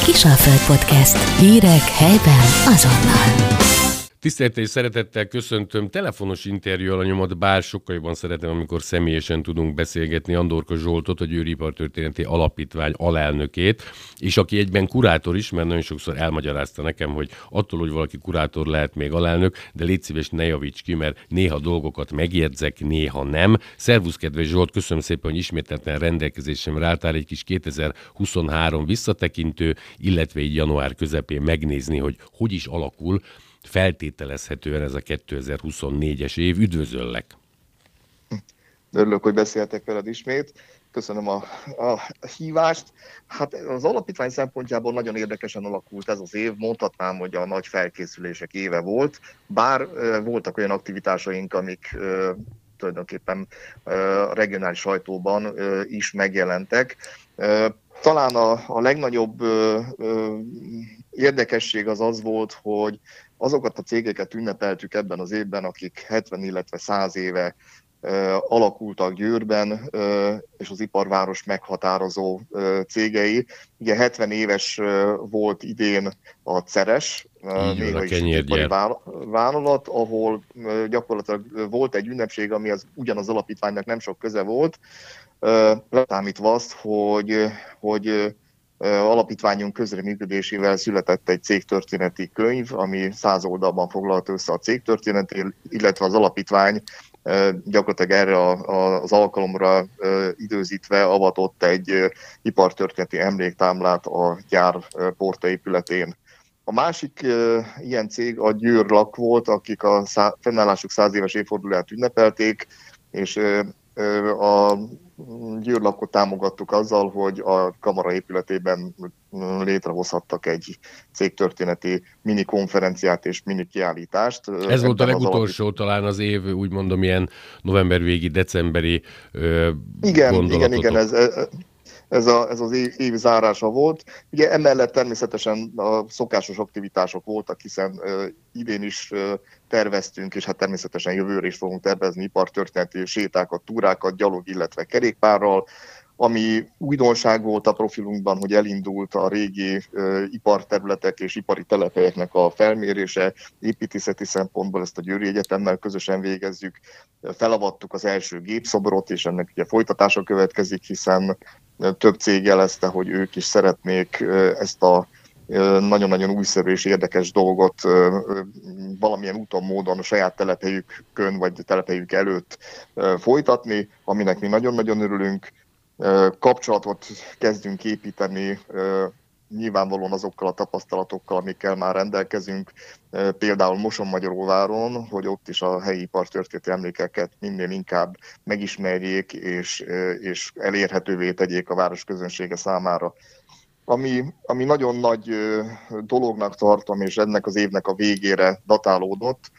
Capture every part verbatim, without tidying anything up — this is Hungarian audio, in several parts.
Kisalföld Podcast. Hírek helyben azonnal. Tisztelettel és szeretettel köszöntöm, telefonos interjú alanyomat, bár sokkal jobban szeretem, amikor személyesen tudunk beszélgetni, Andorka Zsoltot, a Győri Ipartörténeti Alapítvány alelnökét, és aki egyben kurátor is, mert nagyon sokszor elmagyarázta nekem, hogy attól, hogy valaki kurátor lehet még alelnök, de légy szíves, ne javíts ki, mert néha dolgokat megjegyzek, néha nem. Szervusz, kedves Zsolt, köszönöm szépen, hogy ismételten rendelkezésemre álltál, egy kis kétezer-huszonhárom visszatekintő, illetve így január közepén megnézni, hogy hogy is alakul feltételezhetően ez a kétezer-huszonnégyes év. Üdvözöllek! Örülök, hogy beszéltek veled ismét. Köszönöm a, a hívást. Hát az alapítvány szempontjából nagyon érdekesen alakult ez az év. Mondhatnám, hogy a nagy felkészülések éve volt, bár e, voltak olyan aktivitásaink, amik e, tulajdonképpen e, a regionális sajtóban e, is megjelentek. E, talán a, a legnagyobb e, e, érdekesség az az volt, hogy azokat a cégeket ünnepeltük ebben az évben, akik hetven, illetve száz éve e, alakultak Győrben, e, és az iparváros meghatározó e, cégei. Ugye hetven éves e, volt idén a Ceres, néha is ipari vállalat, ahol e, gyakorlatilag volt egy ünnepség, ami az ugyanaz alapítványnak nem sok köze volt, e, leszámítva azt, hogy, hogy alapítványunk közreműködésével született egy cégtörténeti könyv, ami száz oldalban foglalt össze a cégtörténetét, illetve az alapítvány gyakorlatilag erre az alkalomra időzítve avatott egy ipartörténeti emléktáblát a gyár portaépületén. A másik ilyen cég a Győrlak volt, akik a fennállásuk száz éves évfordulóját ünnepelték, és a Győrlakot támogattuk azzal, hogy a kamara épületében létrehozhattak egy cégtörténeti mini konferenciát és mini kiállítást. Ez volt a legutolsó, alapít... talán az év, úgy mondom, ilyen november végi, decemberi ö, igen, gondolatotok. Igen, igen, ez, ez, a, ez az év, év zárása volt. Ugye emellett természetesen a szokásos aktivitások voltak, hiszen ö, idén is ö, terveztünk, és hát természetesen jövőre is fogunk tervezni ipartörténeti sétákat, túrákat, gyalog, illetve kerékpárral. Ami újdonság volt a profilunkban, hogy elindult a régi ö, iparterületek és ipari telephelyeknek a felmérése. Építészeti szempontból ezt a Győri Egyetemmel közösen végezzük. Felavattuk az első gépszobrot, és ennek ugye folytatása következik, hiszen több cég jelezte, hogy ők is szeretnék ezt a nagyon-nagyon újszerű és érdekes dolgot valamilyen úton, módon a saját telephelyükön vagy telephelyük előtt folytatni, aminek mi nagyon-nagyon örülünk. Kapcsolatot kezdünk építeni nyilvánvalóan azokkal a tapasztalatokkal, amikkel már rendelkezünk, például Mosonmagyaróváron, hogy ott is a helyi ipartörténeti emlékeket minél inkább megismerjék és, és elérhetővé tegyék a város közönsége számára. Ami, ami nagyon nagy dolognak tartom, és ennek az évnek a végére datálódott,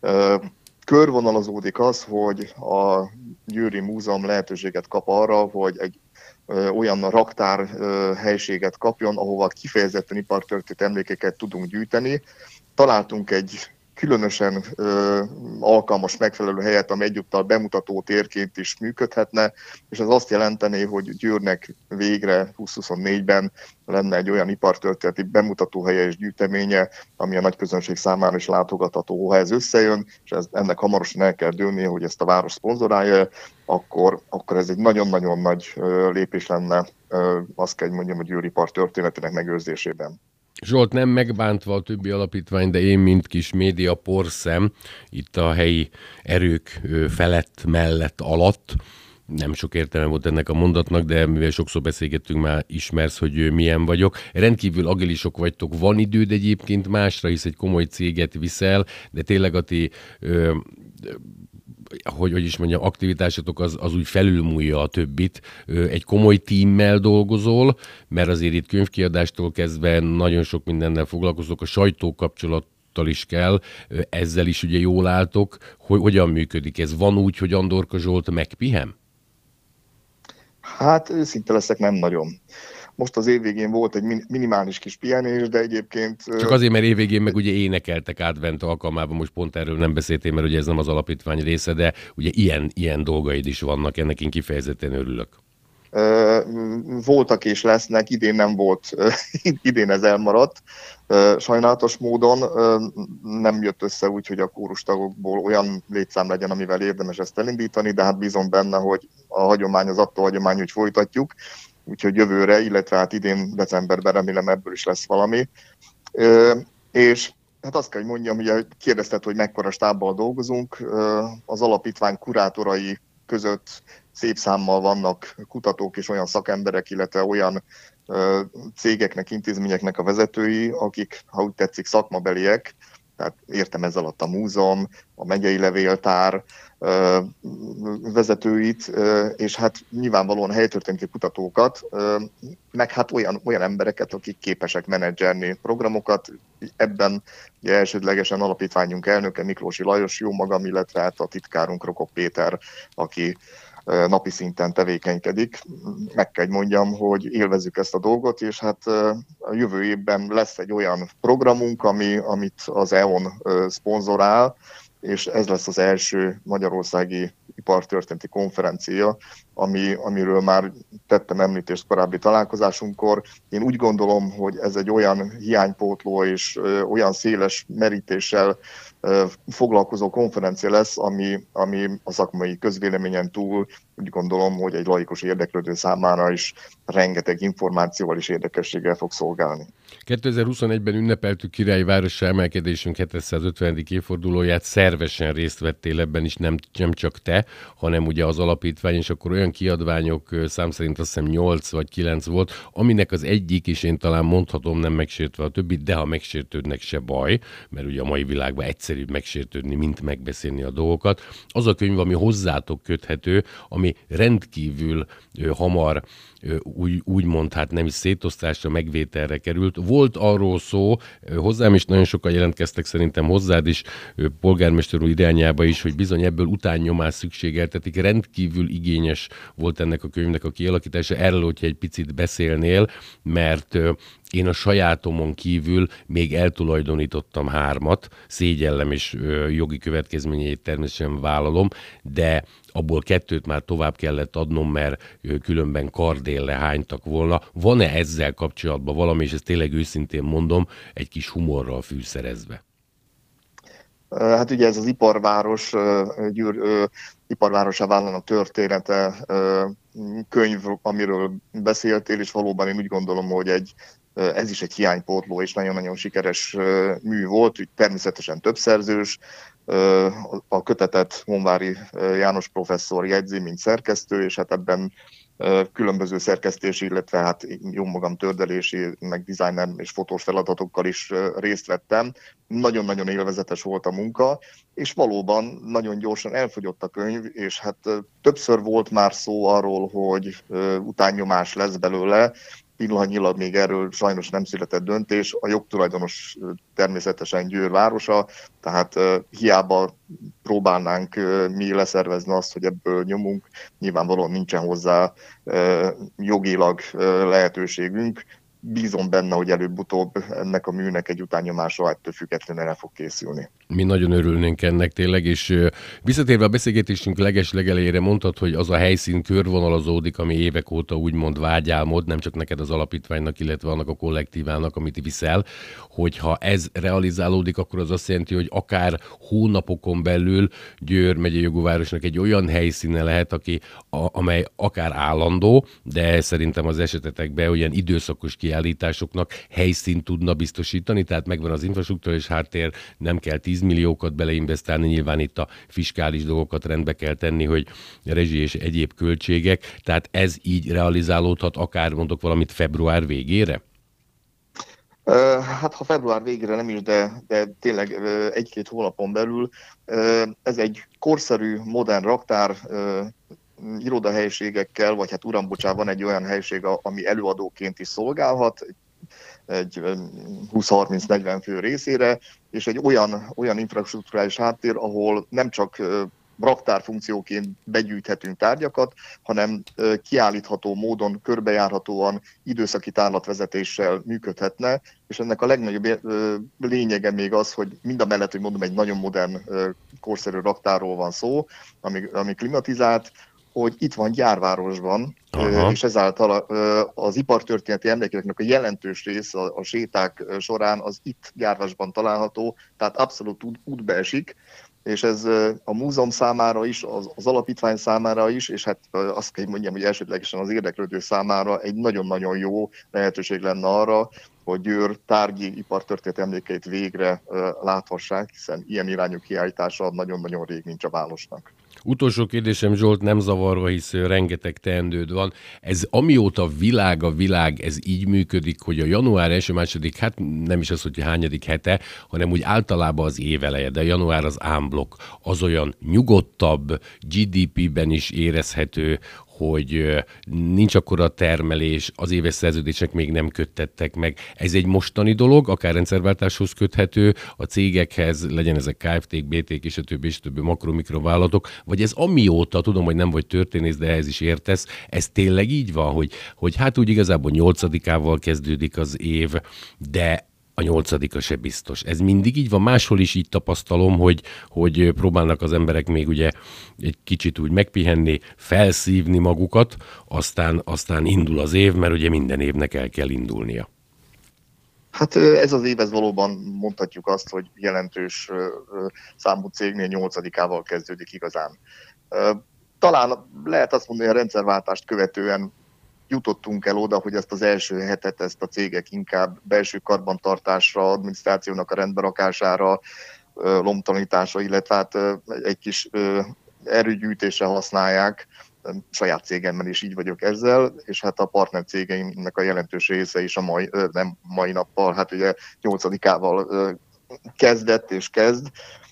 körvonalazódik az, hogy a Győri Múzeum lehetőséget kap arra, hogy egy olyan raktár helységet kapjon, ahova kifejezetten ipartörténeti emlékeket tudunk gyűjteni. Találtunk egy különösen ö, alkalmas, megfelelő helyet, ami egyúttal bemutató térként is működhetne, és ez azt jelentené, hogy Győrnek végre húsz-huszonnégyben lenne egy olyan ipartörténeti bemutatóhelye és gyűjteménye, ami a nagy közönség számára is látogatható. Ha ez összejön, és ez, ennek hamarosan el kell dőlnie, hogy ezt a város szponzorálja, akkor, akkor ez egy nagyon-nagyon nagy ö, lépés lenne, ö, azt kell, hogy mondjam, a Győri ipartörténetének megőrzésében. Zsolt, nem megbántva a többi alapítvány, de én, mint kis média porszem, itt a helyi erők felett, mellett, alatt, nem sok értelme volt ennek a mondatnak, de mivel sokszor beszélgettünk, már ismersz, hogy milyen vagyok. Rendkívül agilisok vagytok, van időd egyébként másra, hisz egy komoly céget viszel, de tényleg a ti... Ö, hogy, hogy is mondjam, aktivitásotok az, az úgy felülmúlja a többit. Egy komoly tímmel dolgozol, mert azért itt könyvkiadástól kezdve nagyon sok mindennel foglalkoztok, a sajtókapcsolattal is kell, ezzel is ugye jól álltok. Hogy, hogyan működik ez? Van úgy, hogy Andorka Zsolt megpihen? Hát őszinte leszek, nem nagyon. Most az évvégén volt egy minimális kis pihenés, de egyébként... Csak azért, mert évvégén meg ugye énekeltek advent alkalmában, most pont erről nem beszéltél, mert ugye ez nem az alapítvány része, de ugye ilyen, ilyen dolgaid is vannak, ennek én kifejezetten örülök. voltak és lesznek, idén nem volt, idén ez elmaradt. Sajnálatos módon nem jött össze úgy, hogy a kórustagokból olyan létszám legyen, amivel érdemes ezt elindítani, de hát bízom benne, hogy a hagyomány az attól hagyomány, hogy folytatjuk, úgyhogy jövőre, illetve hát idén decemberben remélem ebből is lesz valami. És hát azt kell, hogy mondjam, ugye kérdezted, hogy mekkora stábbal dolgozunk, az alapítvány kurátorai között szép számmal vannak kutatók és olyan szakemberek, illetve olyan ö, cégeknek, intézményeknek a vezetői, akik, ha úgy tetszik, szakmabeliek, tehát értem ez alatt a múzeum, a megyei levéltár ö, vezetőit, ö, és hát nyilvánvalóan helytörténeti kutatókat, ö, meg hát olyan, olyan embereket, akik képesek menedzselni programokat. Ebben ugye elsődlegesen alapítványunk elnöke Miklósi Lajos, jó magam, illetve hát a titkárunk Rokop Péter, aki napi szinten tevékenykedik. Meg kell mondjam, hogy élvezzük ezt a dolgot, és hát a jövő évben lesz egy olyan programunk, ami, amit az é o en szponzorál, és ez lesz az első magyarországi ipartörténeti konferencia, ami, amiről már tettem említést korábbi találkozásunkkor. Én úgy gondolom, hogy ez egy olyan hiánypótló és ö, olyan széles merítéssel ö, foglalkozó konferencia lesz, ami, ami a szakmai közvéleményen túl úgy gondolom, hogy egy laikus érdeklődő számára is rengeteg információval és érdekességgel fog szolgálni. kétezer-huszonegyben ünnepeltük királyi várossá emelkedésünk hétszázötvenedik évfordulóját, szervesen részt vettél ebben is, nem, nem csak te, hanem ugye az alapítvány, és akkor olyan kiadványok szám szerint azt hiszem nyolc vagy kilenc volt, aminek az egyik, és én talán mondhatom, nem megsértve a többit, de ha megsértődnek, se baj, mert ugye a mai világban egyszerűbb megsértődni, mint megbeszélni a dolgokat. Az a könyv, ami hozzátok köthető, ami rendkívül ö, hamar ö, úgy, úgymond, hát nem is szétosztásra, megvételre került. Volt arról szó, hozzám is nagyon sokan jelentkeztek, szerintem hozzád is, ö, polgármester úr irányába is, hogy bizony ebből utánnyomás szükségeltetik. Rendkívül igényes volt ennek a könyvnek a kialakítása. Erről, hogyha egy picit beszélnél, mert ö, én a sajátomon kívül még eltulajdonítottam hármat, szégyellem és ö, jogi következményeit természetesen vállalom, de abból kettőt már tovább kellett adnom, mert ö, különben kardélle hánytak volna. Van-e ezzel kapcsolatban valami, és ezt tényleg őszintén mondom, egy kis humorral fűszerezve? Hát ugye ez az iparváros, Győr iparvárosá vállának története könyv, amiről beszéltél, és valóban én úgy gondolom, hogy egy, ez is egy hiánypótló, és nagyon-nagyon sikeres mű volt, úgy természetesen többszerzős. A kötetet Honvári János professzor jegyzi, mint szerkesztő, és hát ebben különböző szerkesztési, illetve hát jó magam tördelési, meg designer és fotós feladatokkal is részt vettem. Nagyon-nagyon élvezetes volt a munka, és valóban nagyon gyorsan elfogyott a könyv, és hát többször volt már szó arról, hogy utánnyomás lesz belőle. Pillanatnyilag még erről sajnos nem született döntés. A jogtulajdonos természetesen Győr városa, tehát uh, hiába próbálnánk uh, mi leszervezni azt, hogy ebből nyomunk, nyilvánvalóan nincsen hozzá uh, jogilag uh, lehetőségünk. Bízom benne, hogy előbb-utóbb ennek a műnek egy utánnyomása ettől függetlenül el fog készülni. Mi nagyon örülnénk ennek tényleg, és visszatérve a beszélgetésünk leges-legelejére mondtad, hogy az a helyszín körvonalazódik, ami évek óta úgymond vágyálmod, nem csak neked az alapítványnak, illetve annak a kollektívának, amit viszel, hogyha ez realizálódik, akkor az azt jelenti, hogy akár hónapokon belül Győr megyei jogú városnak egy olyan helyszíne lehet, aki, a, amely akár állandó, de szerintem az esetetekben olyan időszakos kiállításoknak helyszínt tudna biztosítani, tehát megvan az infrastruktúrális háttér, nem kell tíz milliókat beleinvestálni, nyilván itt a fiskális dolgokat rendbe kell tenni, hogy rezsi és egyéb költségek, tehát ez így realizálódhat akár mondok valamit február végére? Hát ha február végére nem is, de, de tényleg egy-két hónapon belül. Ez egy korszerű, modern raktár, irodahelyiségekkel, vagy hát urambocsá, van egy olyan helység, ami előadóként is szolgálhat, egy húsz-harminc-negyven fő részére, és egy olyan, olyan infrastruktúrális háttér, ahol nem csak raktárfunkcióként begyűjthetünk tárgyakat, hanem kiállítható módon, körbejárhatóan, időszaki tárlatvezetéssel működhetne, és ennek a legnagyobb lényege még az, hogy mindamellett, hogy mondom, egy nagyon modern, korszerű raktárról van szó, ami, ami klimatizált, hogy itt van gyárvárosban, Aha. és ezáltal az ipartörténeti emlékeknek a jelentős része a séták során az itt gyárvásban található, tehát abszolút út, útbe esik, és ez a múzeum számára is, az, az alapítvány számára is, és hát azt kell mondjam, hogy elsődlegesen az érdeklődő számára egy nagyon-nagyon jó lehetőség lenne arra, hogy Győr tárgyi ipartörténeti emlékeit végre láthassák, hiszen ilyen irányú kiállítása nagyon-nagyon rég nincs a városnak. Utolsó kérdésem, Zsolt, nem zavarva, hisz rengeteg teendőd van. Ez amióta világ a világ, ez így működik, hogy a január első-második, hát nem is az, hogy hányadik hete, hanem úgy általában az éveleje, de a január az ámblokk, az olyan nyugodtabb, gé dé pé-ben is érezhető, hogy nincs akkora termelés, az éves szerződések még nem köttettek meg. Ez egy mostani dolog, akár rendszerváltáshoz köthető, a cégekhez, legyen ezek ká ef té-k, bé té-k és a többi, és többi makro-mikrovállalatok, vagy ez amióta, tudom, hogy nem vagy történész, de ehhez is értesz, ez tényleg így van, hogy, hogy hát úgy igazából nyolcadikával kezdődik az év, de a nyolcadika se biztos. Ez mindig így van, máshol is így tapasztalom, hogy, hogy próbálnak az emberek még ugye egy kicsit úgy megpihenni, felszívni magukat, aztán, aztán indul az év, mert ugye minden évnek el kell indulnia. Hát ez az év, ez valóban mondhatjuk azt, hogy jelentős számú cégnél nyolcadikával kezdődik igazán. Talán lehet azt mondani, hogy a rendszerváltást követően jutottunk el oda, hogy ezt az első hetet, ezt a cégek inkább belső karbantartásra, adminisztrációnak a rendberakására, lomtalanításra, illetve hát egy kis erőgyűjtésre használják. Saját cégemmel is így vagyok ezzel, és hát a partner cégeimnek a jelentős része is a mai, nem mai nappal, hát ugye nyolcadikával kezdett és kezd.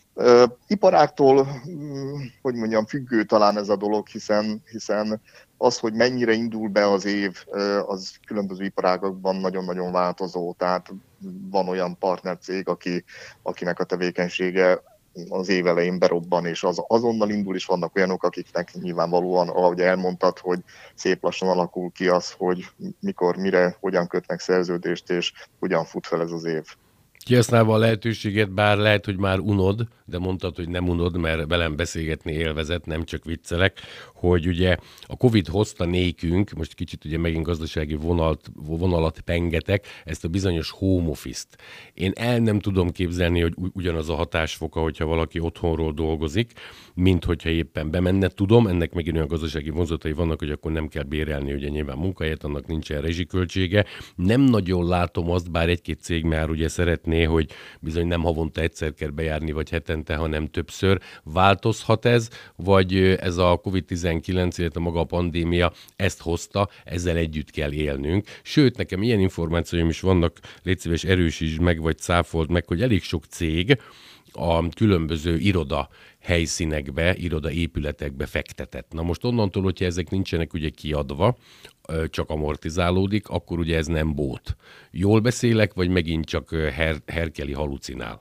Iparáktól, hogy mondjam, függő talán ez a dolog, hiszen, hiszen az, hogy mennyire indul be az év, az különböző iparágakban nagyon-nagyon változó. Tehát van olyan partnercég, aki, akinek a tevékenysége az év elején berobban, és az azonnal indul, és vannak olyanok, akiknek nyilvánvalóan, ahogy elmondtad, hogy szép lassan alakul ki az, hogy mikor, mire, hogyan kötnek szerződést, és hogyan fut fel ez az év. Kihasználva a lehetőséget, bár lehet, hogy már unod, de mondtad, hogy nem unod, mert velem beszélgetni élvezet, nem csak viccelek, hogy ugye a Covid hozta nékünk, most kicsit ugye megint gazdasági vonalt, vonalat pengetek, ezt a bizonyos home office-t. Én el nem tudom képzelni, hogy ugyanaz a hatásfoka, hogyha valaki otthonról dolgozik, mint hogyha éppen bemenne. Tudom, ennek megint olyan gazdasági vonzatai vannak, hogy akkor nem kell bérelni ugye nyilván munkahelyet, annak nincsen rezsiköltsége. Nem nagyon látom azt, bár egy-két cég már ugye szeretné, hogy bizony nem havonta egyszer kell bejárni, vagy hetente, hanem többször. Változhat ez, vagy ez a kovid tizenkilenc, illetve maga a pandémia ezt hozta, ezzel együtt kell élnünk. Sőt, nekem ilyen információim is vannak, légy szíves, erősítsd meg, vagy cáfold meg, hogy elég sok cég a különböző iroda helyszínekbe, iroda épületekbe fektetett. Na most onnantól, hogyha ezek nincsenek ugye kiadva, csak amortizálódik, akkor ugye ez nem bót. Jól beszélek, vagy megint csak her- herkeli halucinál?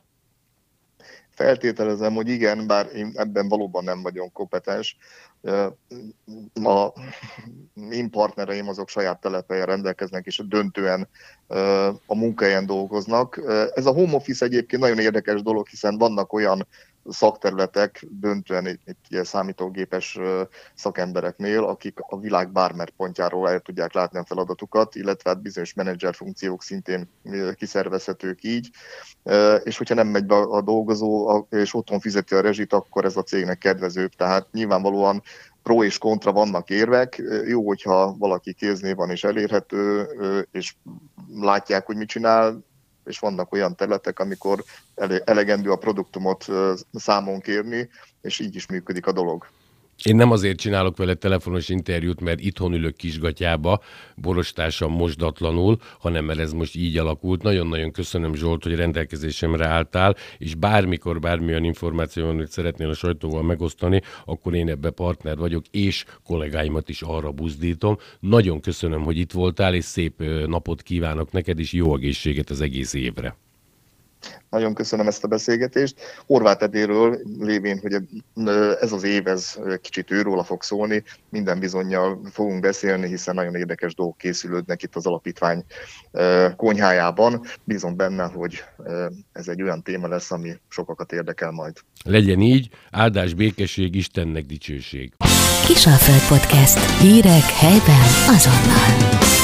Feltételezem, hogy igen, bár én ebben valóban nem vagyok kompetens. A én partnereim azok saját telephelyen rendelkeznek, és döntően a munkahelyen dolgoznak. Ez a home office egyébként nagyon érdekes dolog, hiszen vannak olyan szakterületek, döntően itt, itt számítógépes szakembereknél, akik a világ bármely pontjáról el tudják látni a feladatukat, illetve hát bizonyos menedzser funkciók szintén kiszervezhetők így, és hogyha nem megy be a dolgozó, és otthon fizeti a rezsit, akkor ez a cégnek kedvezőbb, tehát nyilvánvalóan pro és kontra vannak érvek. Jó, hogyha valaki kéznél van és elérhető, és látják, hogy mit csinál, és vannak olyan területek, amikor elegendő a produktumot számon kérni, és így is működik a dolog. Én nem azért csinálok vele telefonos interjút, mert itthon ülök Kisgatyába, borostásan mosdatlanul, hanem mert ez most így alakult. Nagyon-nagyon köszönöm, Zsolt, hogy rendelkezésemre álltál, és bármikor bármilyen információ van, hogy szeretnél a sajtóval megosztani, akkor én ebbe partner vagyok, és kollégáimat is arra buzdítom. Nagyon köszönöm, hogy itt voltál, és szép napot kívánok neked, és jó egészséget az egész évre. Nagyon köszönöm ezt a beszélgetést. Horváth Edéről lévén, hogy ez az év ez kicsit őróla fog szólni, minden bizonnyal fogunk beszélni, hiszen nagyon érdekes dolgok készülődnek itt az alapítvány konyhájában. Bízom benne, hogy ez egy olyan téma lesz, ami sokakat érdekel majd. Legyen így, áldás, békesség, Istennek dicsőség. Kisalföld Podcast. Hírek helyben azonnal.